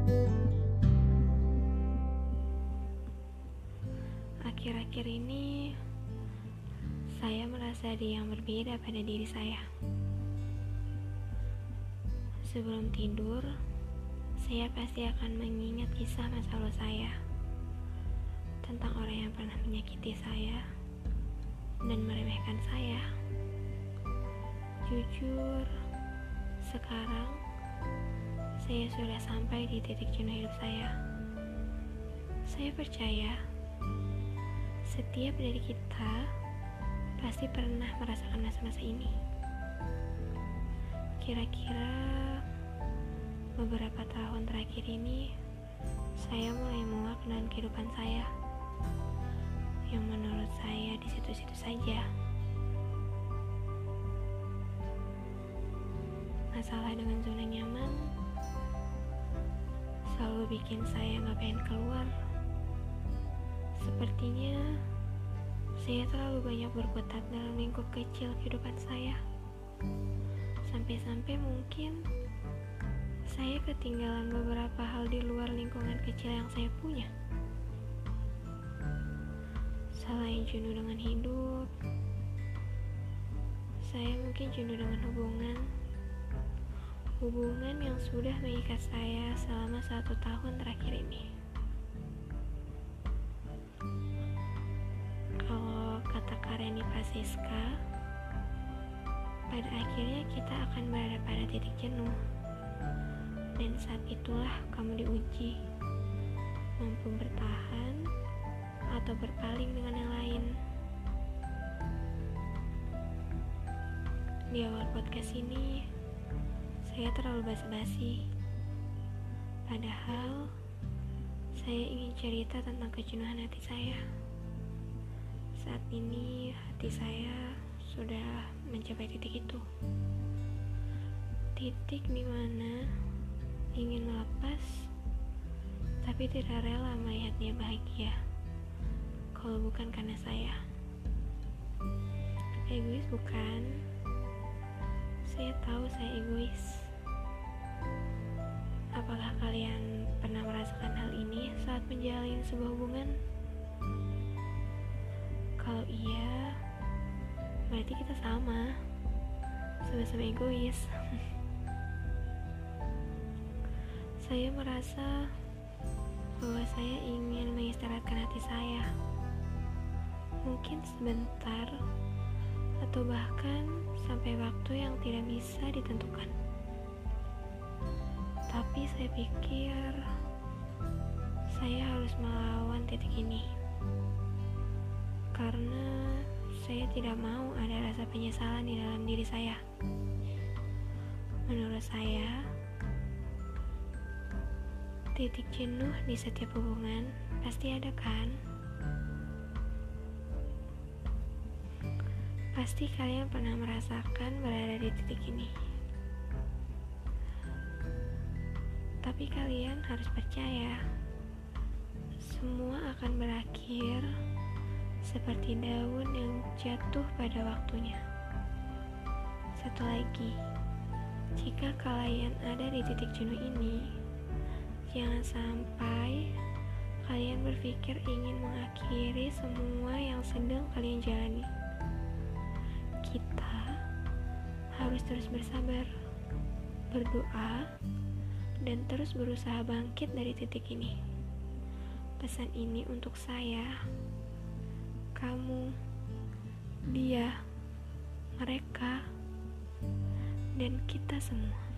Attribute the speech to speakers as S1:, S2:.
S1: Akhir-akhir ini, saya merasa ada yang berbeda pada diri saya. Sebelum tidur, saya pasti akan mengingat kisah masa lalu saya tentang orang yang pernah menyakiti saya dan meremehkan saya. Jujur, sekarang saya sudah sampai di titik jenuh hidup saya. Saya percaya setiap dari kita pasti pernah merasakan masa-masa ini. Kira-kira beberapa tahun terakhir ini, saya mulai muak dengan kehidupan saya yang menurut saya di situ-situ saja. Masalah dengan zona nyaman selalu bikin saya gak pengen keluar. Sepertinya saya terlalu banyak berkutat dalam lingkup kecil kehidupan saya. Sampai-sampai mungkin saya ketinggalan beberapa hal di luar lingkungan kecil yang saya punya. Selain jenuh dengan hidup, saya mungkin jenuh dengan hubungan yang sudah mengikat saya selama 1 tahun terakhir ini. Kalau kata Kareni Prasiska, pada akhirnya kita akan berada pada titik jenuh, dan saat itulah kamu diuji, mampu bertahan atau berpaling dengan yang lain. Di awal podcast ini, saya terlalu basa-basi. Padahal, saya ingin cerita tentang kejenuhan hati saya. Saat ini, hati saya sudah mencapai titik itu. Titik dimana ingin melepas, tapi tidak rela melihat dia bahagia. Kalau bukan karena saya. Egois bukan? Saya tahu saya egois. Apakah kalian pernah merasakan hal ini saat menjalin sebuah hubungan? Kalau iya, berarti kita sama egois. Saya merasa bahwa saya ingin mengistirahatkan hati saya, mungkin sebentar atau bahkan sampai waktu yang tidak bisa ditentukan. Tapi saya pikir saya harus melawan titik ini, karena saya tidak mau ada rasa penyesalan di dalam diri saya. Menurut saya, titik jenuh di setiap hubungan pasti ada kan? Pasti kalian pernah merasakan berada di titik ini. Tapi kalian harus percaya, semua akan berakhir seperti daun yang jatuh pada waktunya. Satu lagi, jika kalian ada di titik jenuh ini, jangan sampai kalian berpikir ingin mengakhiri semua yang sedang kalian jalani. Kita harus terus bersabar, berdoa, dan terus berusaha bangkit dari titik ini. Pesan ini untuk saya, kamu, dia, mereka, dan kita semua.